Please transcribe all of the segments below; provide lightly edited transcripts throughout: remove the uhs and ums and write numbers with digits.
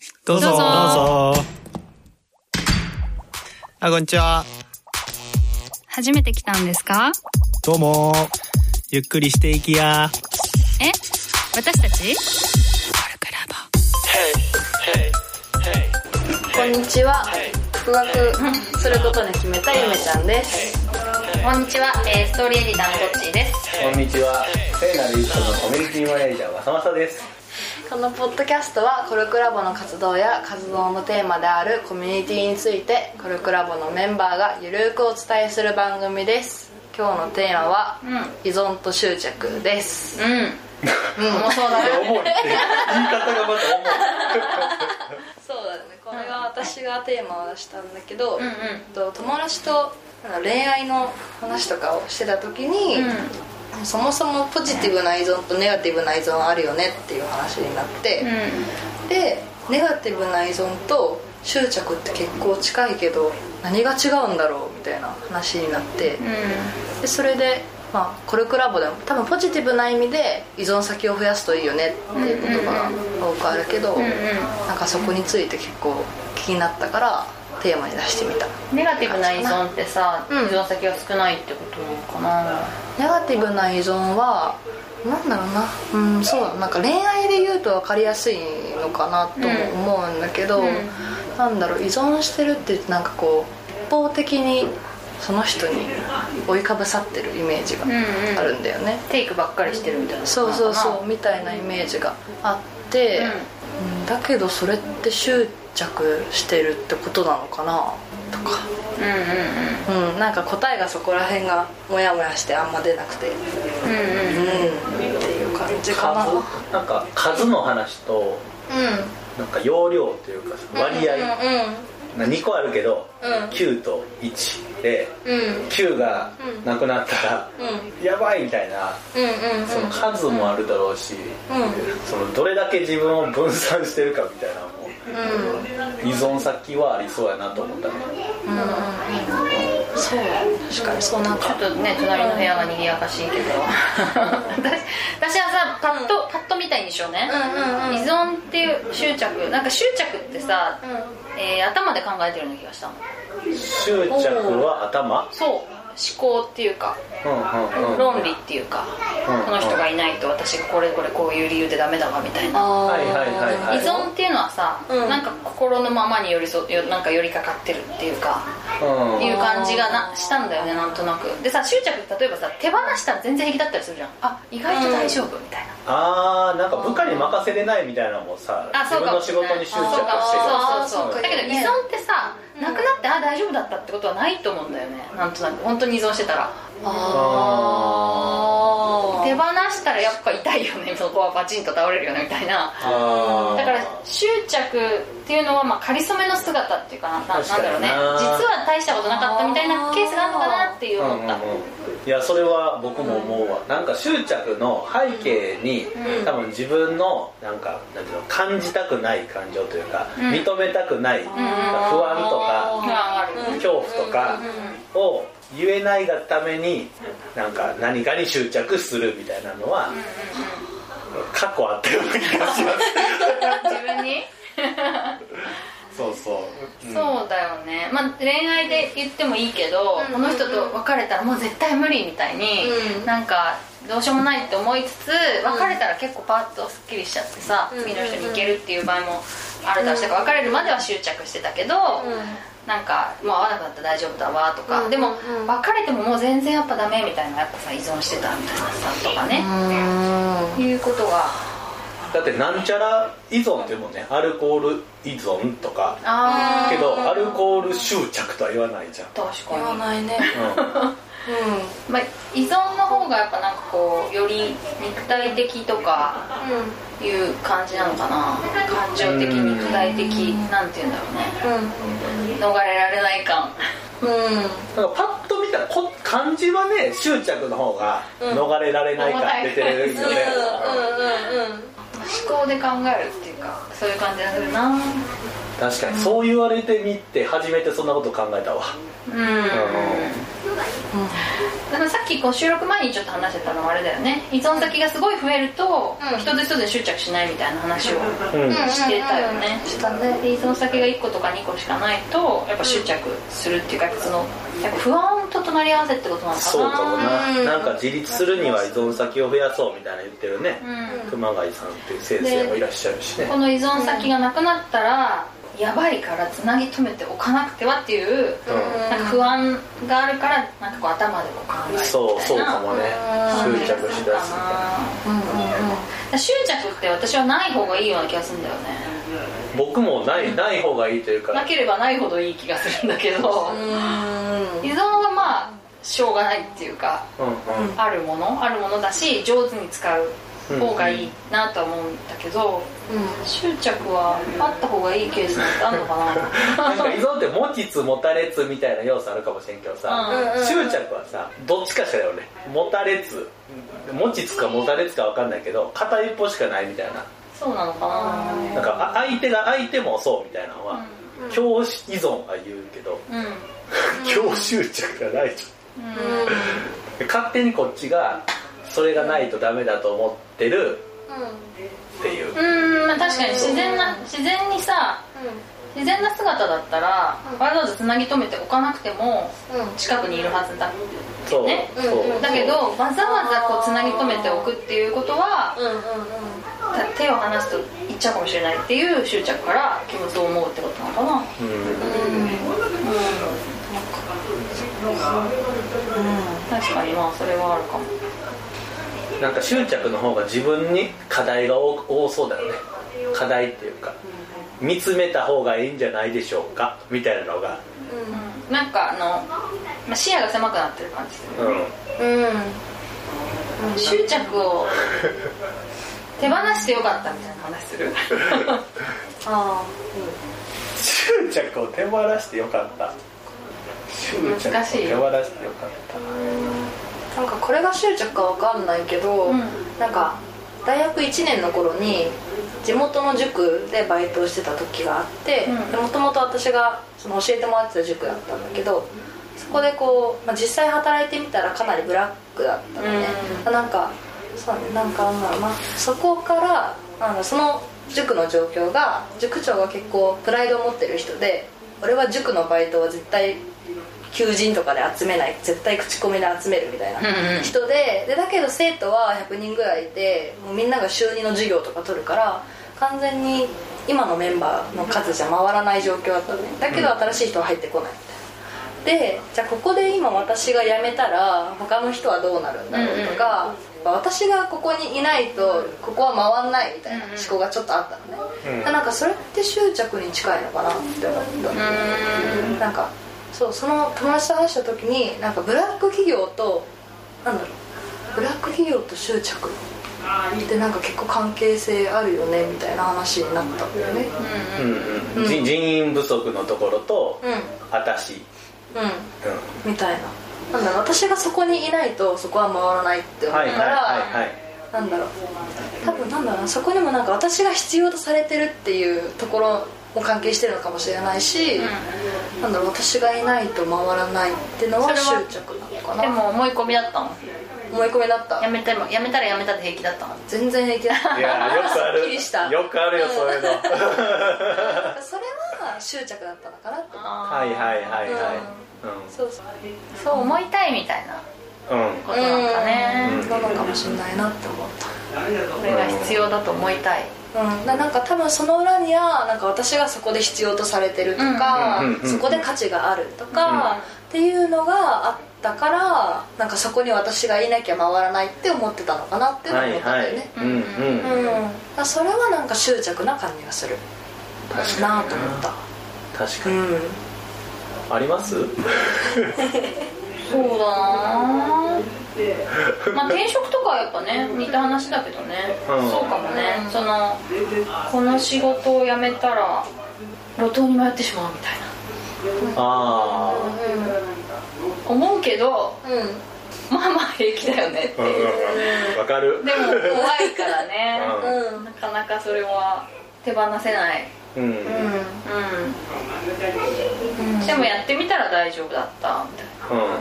どうぞ。あ、こんにちは。 初めて来たんですか？ どうも。ゆっくりしていきや。 私たち？ こんにちは。復学することに決めたゆめちゃんです。 こんにちは、ストーリーエディターのこっちーです。 こんにちは。聖なる一歩のコミュニティマネージャーわさまさです。 このポッドキャストはコルクラボの活動や活動のテーマであるコミュニティについてコルクラボのメンバーがゆるくお伝えする番組です。今日のテーマは、依存と執着です。 重そうだね。 重いって言い方がまた重い。 そうだね。これは私がテーマをしたんだけど、友達と恋愛の話とかをしてた時に、そもそもポジティブな依存とネガティブな依存あるよねっていう話になって、でネガティブな依存と執着って結構近いけど何が違うんだろうみたいな話になって、でそれで、コルクラボでも多分ポジティブな意味で依存先を増やすといいよねっていう言葉が多くあるけど、なんかそこについて結構気になったからテーマに出してみた。 ネガティブな依存ってさ、依存先が少ないってことなのかな。 ネガティブな依存はなんだろうな、そうなんか恋愛で言うと分かりやすいのかなとも思うんだけど、なんだろう、依存してるってなんかこう一方的にその人に追いかぶさってるイメージがあるんだよね。 テイクばっかりしてるみたいな。 そうみたいなイメージがあって、だけどそれって執着してるってことなのかなとか、なんか答えがそこら辺がモヤモヤしてあんま出なくて、っていう感じかな。 なんか数の話と、なんか容量というか割合、2個あるけど、9と1で、9がなくなったら、やばいみたいな、その数もあるだろうし、そのどれだけ自分を分散してるかみたいなのも、依存先はありそうやなと思ったね。 そう、確かにそう。なんかちょっとね、隣の部屋が賑やかしいけど私はさ、パッと見たいんでしょうね。依存っていう執着、なんか執着ってさ、頭で考えてるような気がしたの。 執着は頭？ そう、思考っていうか、論理っていうか、この人がいないと私がこれこういう理由でダメだわみたいな。依存っていうのはさ、なんか心のままになんか寄りかかってるっていうか、いう感じがしたんだよね、なんとなく。でさ、執着って例えばさ、手放したら全然平気だったりするじゃん。意外と大丈夫みたいな。 なんか部下に任せれないみたいなのもさ、自分の仕事に執着してる。 そうだけど依存ってさ、なくなって大丈夫だったってことはないと思うんだよね。なんとなく本当に依存してたら、手放したらやっぱ痛いよね、そこはバチンと倒れるよねみたいな。だから執着っていうのは仮初めの姿っていうかなんだろうね、実は大したことなかったみたいなケースがあるのかなっていう思った。 いや、それは僕も思うわ。なんか執着の背景に、多分自分のなんていうの、感じたくない感情というか、認めたくない、不安とか、恐怖とかを言えないがためになんか何かに執着するみたいなのは、過去あったような気がします自分にそうだよね。恋愛で言ってもいいけど、この人と別れたらもう絶対無理みたいに、なんかどうしようもないって思いつつ、別れたら結構パッとすっきりしちゃってさ、次の人に行けるっていう場合もあるだろうし、別れるまでは執着してたけど、なんかもう会わなくなったら大丈夫だわとか、でも別れてももう全然やっぱダメみたいな、やっぱさ依存してたみたいなさとかね、いうことが。 だってなんちゃら依存ってもね、アルコール依存とかけど、アルコール執着とは言わないじゃん。 確かに言わないね。 依存の方がやっぱなんかこうより肉体的とかいう感じなのかな。感情的、肉体的、なんていうんだろうね、逃れられない感。 だからパッと見たら漢字はね、執着の方が逃れられない感出てるよね。 思考で考えるっていうか、そういう感じがするな。 確かにそう言われてみて初めてそんなこと考えたわ。 さっきこう収録前にちょっと話してたのはあれだよね、依存先がすごい増えると、人と人で執着しないみたいな話をしてたよね、依存先が1個とか2個しかないとやっぱ執着するっていうか、そのやっぱ不安と隣り合わせってことなのかな。 そうかもな、なんか自立するには依存先を増やそうみたいな言ってるね、熊谷さんっていう先生もいらっしゃるしね。 この依存先がなくなったらやばいからつなぎ止めておかなくてはっていう、なんか不安があるからなんかこう頭でこう考えるみたいな。 そうかもね、執着しだすみたいな。執着って私はない方がいいような気がするんだよね。 僕もない方がいいというか、 なければないほどいい気がするんだけど、依存はまあしょうがないっていうか、あるものだし上手に使う方がいいなとは思うんだけど、執着はあった方がいいケースなんてあるのかな。 なんか依存って持ちつ持たれつみたいな要素あるかもしれんけどさ、執着はさどっちかしかだよね。持たれつ、持ちつか持たれつか分かんないけど片一方しかないみたいな。 そうなのかな。 なんか相手もそうみたいなのは、強依存は言うけど、強執着がないじゃん。勝手にこっちがそれがないとダメだと思ってるっていう。 まあ確かに自然にさ、自然な姿だったらわざわざつなぎ止めておかなくても近くにいるはずだってね。だけどわざわざこうつなぎ止めておくっていうことは、手を離すといっちゃうかもしれないっていう執着から気持ちを思うってことなのかな。確かにまあそれはあるかも。 なんか執着の方が自分に課題が多そうだよね。課題っていうか見つめた方がいいんじゃないでしょうかみたいなのが、 なんか視野が狭くなってる感じする。執着を手放してよかったみたいな話する。 執着を手放してよかった。 難しい。 手放してよかった。 なんかこれが執着かわかんないけど、なんか大学1年の頃に地元の塾でバイトをしてた時があって、もともと私がその教えてもらってた塾だったんだけど、そこでこう、実際働いてみたらかなりブラックだったのね。なんかそうね、なんかそこからその塾の状況が、塾長が結構プライドを持ってる人で、俺は塾のバイトは絶対求人とかで集めない、絶対口コミで集めるみたいな人で、だけど生徒は100人ぐらいいて、もうみんなが週2の授業とか取るから完全に今のメンバーの数じゃ回らない状況だったのね。だけど新しい人は入ってこないみたいな。で、じゃあここで今私が辞めたら他の人はどうなるんだろうとか、私がここにいないとここは回んないみたいな思考がちょっとあったのね。なんかそれって執着に近いのかなって思った。なんかその友達と話した時に、なんかブラック企業とブラック企業と執着ってなんか結構関係性あるよねみたいな話になったんだよね。 人員不足のところと、私みたいな。私がそこにいないとそこは回らないって思うから、多分そこにもなんか私が必要とされてるっていうところも関係してるのかもしれないし、私がいないと回らないっていうのは執着なのかな。 でも思い込みだったの？ 思い込みだった。 やめたらやめたで平気だったの？ 全然平気だった。 いや、よくある。 すっきりした。 よくあるよ、そういうの。 それは執着だったのかなって。 そう思いたいみたいなことなんかね。 なのかもしれないなって思った。 これが必要だと思いたい。 なんか多分その裏にはなんか私がそこで必要とされてるとか、そこで価値があるとかっていうのがあったから、なんかそこに私がいなきゃ回らないって思ってたのかなって思ったんだよね。それはなんか執着な感じがするなと思った。 確かに、あります？ そうだな。転職とかはやっぱね似た話だけどね、そうかもね。この仕事を辞めたら路頭に迷ってしまうみたいな思うけど、まあ平気だよねっていう。 わかる。 でも怖いからね、なかなかそれは手放せないうんうんでもやってみたら大丈夫だったみたいな。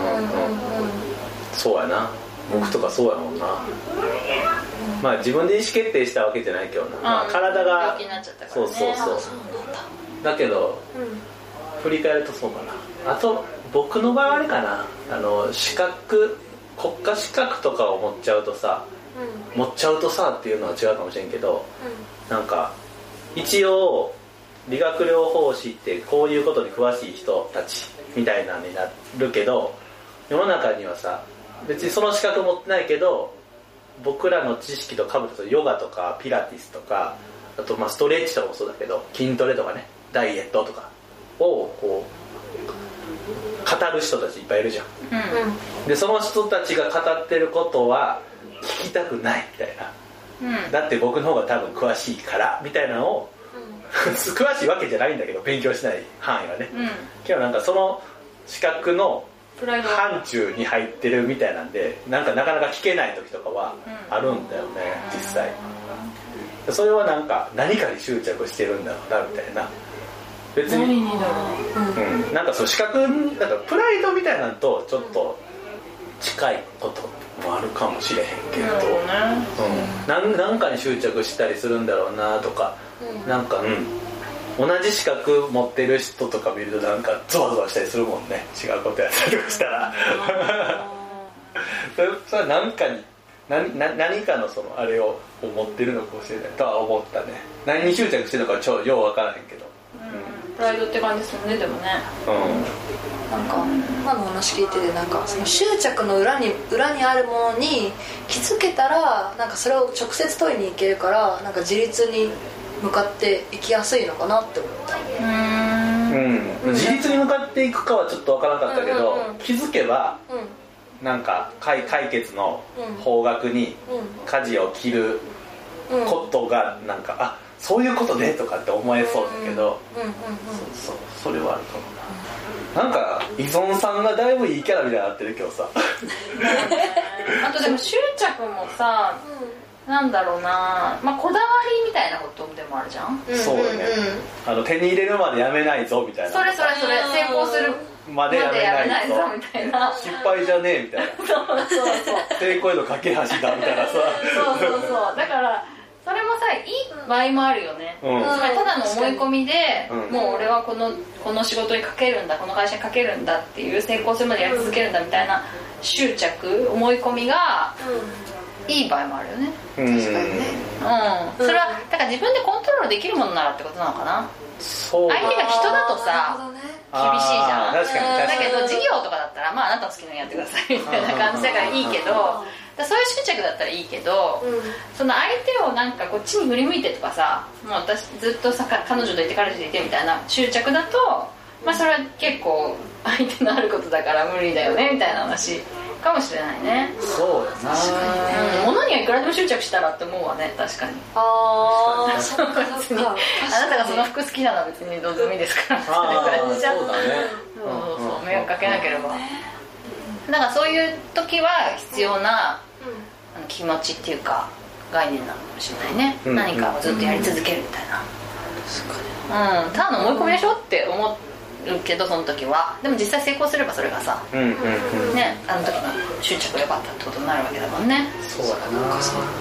そうやな、僕とかそうやもんな。まあ自分で意思決定したわけじゃないけどな、まあ、体が病気になっちゃったからね。 そうだけど、振り返るとそうかな。あと僕の場合あれかな、資格、国家資格とかを持っちゃうとさっていうのは違うかもしれんけど、なんか一応理学療法士ってこういうことに詳しい人たちみたいなのになるけど、世の中にはさ別にその資格持ってないけど僕らの知識とかぶるとヨガとかピラティスとか、あとまあストレッチとかもそうだけど筋トレとかね、ダイエットとかをこう語る人たちいっぱいいるじゃん、でその人たちが語ってることは聞きたくないみたいな、だって僕の方が多分詳しいからみたいなのを詳しいわけじゃないんだけど、勉強しない範囲はね、けどなんかその資格の範疇に入ってるみたいなんで、なんかなかなか聞けない時とかはあるんだよね、実際。それはなんか何かに執着してるんだろうなみたいな。別に何にだろう、 なんかそう資格、なんかプライドみたいなのとちょっと近いこともあるかもしれへんけど、なんかに執着したりするんだろうなとか、なんか同じ資格持ってる人とか見るとなんかゾワゾワしたりするもんね、違うことやったりとかしたらそれは何かに何かのそのあれを持ってるのかもしれないとは思ったね。何に執着してるのかよう分からへんけど、 プライドって感じですよね。でもね、 なんか今の話聞いてて、なんかその執着の裏にあるものに気づけたら、なんかそれを直接問いに行けるから、なんか自立に向かっていきやすいのかなって思った。 自立に向かっていくかはちょっと分からなかったけど、気づけば、なんか解決の方角に舵を切ることがなんか、あ、そういうことねとかって思えそうだけど、それはあるかもな。なんか依存さんがだいぶいいキャラみたいになってる今日さあとでも執着もさ、なんだろうな、まあこだわりみたいなことでもあるじゃん。 そうだね、手に入れるまでやめないぞみたいな、 それ成功するまでやめないぞみたいな、 失敗じゃねえみたいなそう成功への架け橋だみたいなさそうだからそれもさ、いい場合もあるよね、つまりただの思い込みで、もう俺はこの仕事にかけるんだ、この会社にかけるんだっていう、成功するまでやり続けるんだみたいな執着、思い込みがいい場合もあるよね。 確かにね。 それはだから自分でコントロールできるものならってことなのかな。 そう、 相手が人だとさ、厳しいじゃん。 確かにだけど事業とかだったら、まああなたの好きなのやってくださいみたいな感じだからいいけど、そういう執着だったらいいけど、その相手をなんかこっちに振り向いてとかさ、もう私ずっとさ彼女といて彼女といてみたいな執着だと、まあそれは結構相手のあることだから無理だよねみたいな話かもしれないね。 そうやな、 物にはいくらでも執着したらって思うわね、確かに。 ああ、そっかそっか。 あなたがその服好きなのは別にどうでもいいですからみたいな感じじゃん。 そうだね、 そう迷惑かけなければ。だからそういう時は必要な気持ちっていうか概念なのかもしれないね、何かをずっとやり続けるみたいな、ただの思い込みでしょって思うけど、その時はでも実際成功すればそれがさ、ね、あの時の執着が良かったってことになるわけだもんね。 そうだな、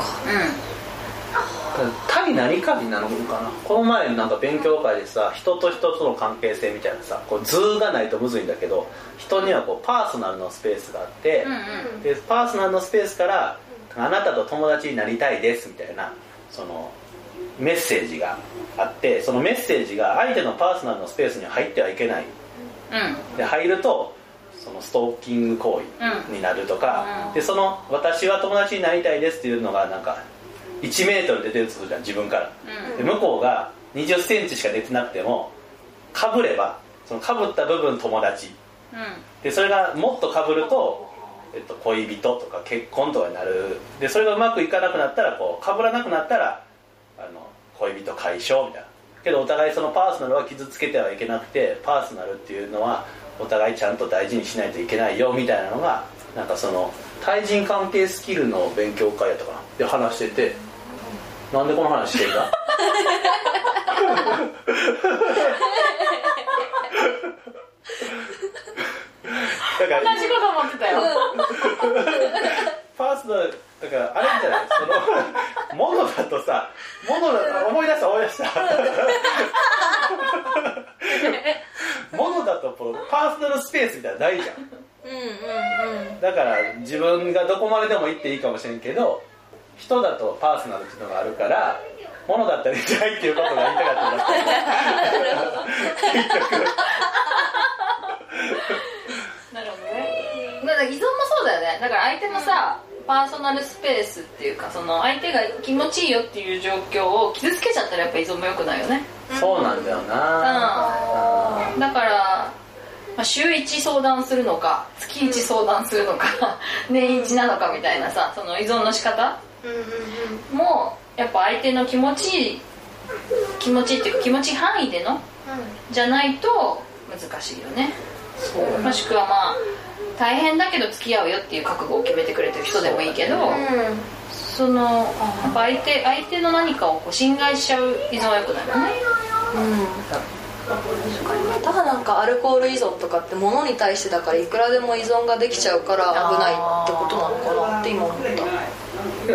対何かになるのかな。この前なんか勉強会でさ、人と人との関係性みたいなさ、こう図がないとむずいんだけど、人にはこうパーソナルのスペースがあって、でパーソナルのスペースからあなたと友達になりたいですみたいなそのメッセージがあって、そのメッセージが相手のパーソナルのスペースには入ってはいけない、で入るとそのストーキング行為になるとか、でその私は友達になりたいですっていうのがなんか1メートル出てるとするじゃん、自分から、で向こうが20センチしか出てなくても被ればその被った部分友達、でそれがもっと被ると、恋人とか結婚とかになる。でそれがうまくいかなくなったらこう被らなくなったら恋人解消みたいな。けどお互いそのパーソナルは傷つけてはいけなくて、パーソナルっていうのはお互いちゃんと大事にしないといけないよみたいなのが、なんかその対人関係スキルの勉強会やったかなで話してて、なんでこの話してんだだから同じこと思ってたよ。 パーソナルだからあれじゃない、そのモノだとさ、思い出したモノだとパーソナルスペースみたいなのないじゃん。だから自分がどこまででも行っていいかもしれんけど、人だとパーソナルっていうのがあるから、モノだったらいいんじゃないっていうことが言いたかったんだ結局なるほどね。だから依存もそうだよね。だから相手のさ、パーソナルスペースっていうか、その相手が気持ちいいよっていう状況を傷つけちゃったらやっぱ依存も良くないよね。 そうなんだよな。 だから、まあ、週1相談するのか月1相談するのか年1なのかみたいなさ、その依存の仕方もやっぱ相手の気持ちいいっていうか気持ちいい範囲でのじゃないと難しいよね。もしくはまあ大変だけど付き合うよっていう覚悟を決めてくれてる人でもいいけど、そのやっぱ相手の何かをこう侵害しちゃう依存は良くないもんね。 ただなんかアルコール依存とかって物に対してだからいくらでも依存ができちゃうから危ないってことなのかなって今思った。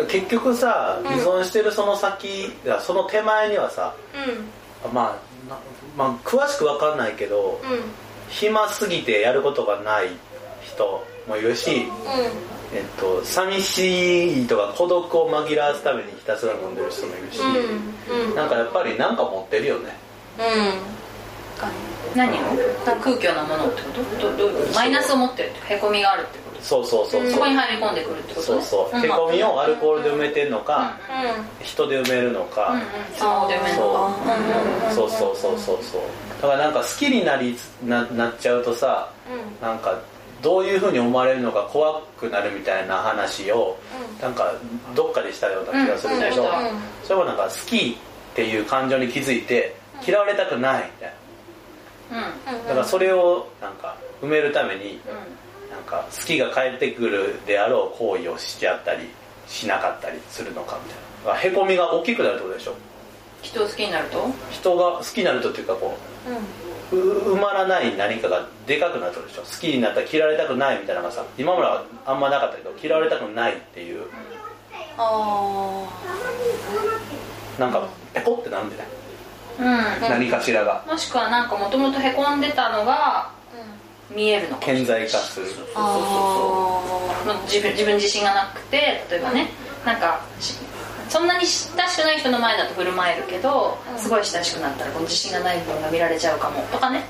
結局さ、依存してるその先、その手前にはさ、まあ詳しく分かんないけど、暇すぎてやることがない人もいるし、寂しいとか孤独を紛らわすためにひたすら飲んでる人もいるし、なんかやっぱりなんか持ってるよね。 何を？空虚なものってこと？どういうこと？マイナスを持ってるってへこみがあるってこと？ そうそこに入り込んでくるってことね。 そうへこみをアルコールで埋めてんのか、人で埋めるのか、 スマホで埋めるのか。 そうだからなんか好きになっちゃうとさ、なんかどういう風に思われるのか怖くなるみたいな話をなんかどっかでしたような気がするでしょ。それはなんか好きっていう感情に気づいて嫌われたくないみたいな、だからそれをなんか埋めるためになんか好きが返ってくるであろう行為をしちゃったりしなかったりするのかみたいな、へこみが大きくなるってことでしょ。 人を好きになると？ 人が好きになるとっていうかこう、埋まらない何かがでかくなるってことでしょ。好きになったら嫌われたくないみたいなのがさ、今まではあんまなかったけど嫌われたくないっていう、なんかペコってなんで何かしらが、 もしくはなんかもともとへこんでたのが見えるのかもしれない。 顕在化する。 自分自信がなくて、例えばね、なんかそんなに親しくない人の前だと振る舞えるけど、すごい親しくなったらこの自信がない部分が見られちゃうかもとかね。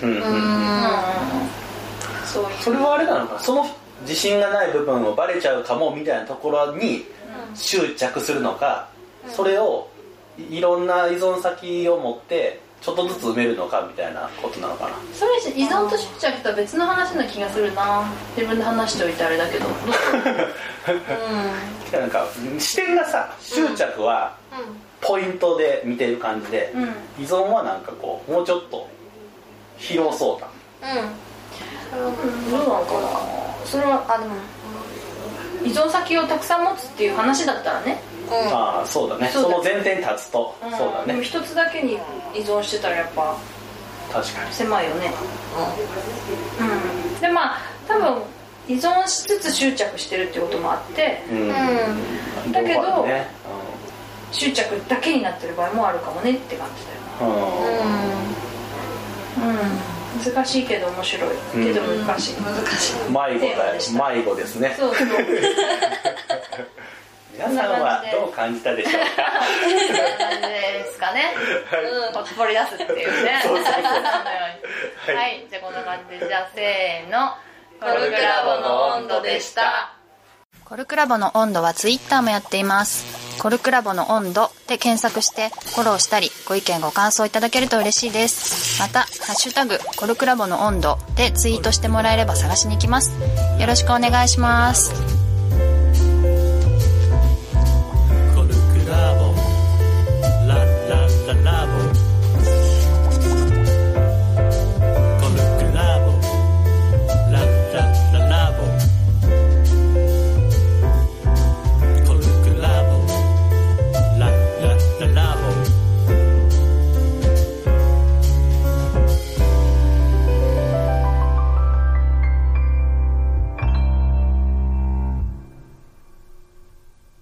それはあれなのかな、その自信がない部分をバレちゃうかもみたいなところに執着するのか、それをいろんな依存先を持ってちょっとずつ埋めるのかみたいなことなのかな。 それ依存と執着とは別の話な気がするな。自分で話しておいてあれだけどなんか視点がさ、執着はポイントで見てる感じで、依存はなんかこうもうちょっと広そうだ。 どうなのかな。それはでも依存先をたくさん持つっていう話だったらね、 そうだね。その前提に立つと、そうだね。 でも一つだけに依存してたらやっぱ確かに狭いよね。でまあ多分依存しつつ執着してるってこともあって、だけど、執着だけになってる場合もあるかもねって感じだよね。難しいけど面白いけど難しい。 迷子ですね。 そう皆さんはどう感じたでしょうか。 こんな感じですかね。ほっぽり出すっていうね。はい、じゃあこんな感じで、じゃあせーの、コルクラボの温度でした。 コルクラボの温度はツイッターもやっています。コルクラボの温度で検索してフォローしたり、ご意見ご感想いただけると嬉しいです。またハッシュタグコルクラボの温度でツイートしてもらえれば探しに行きます。よろしくお願いします。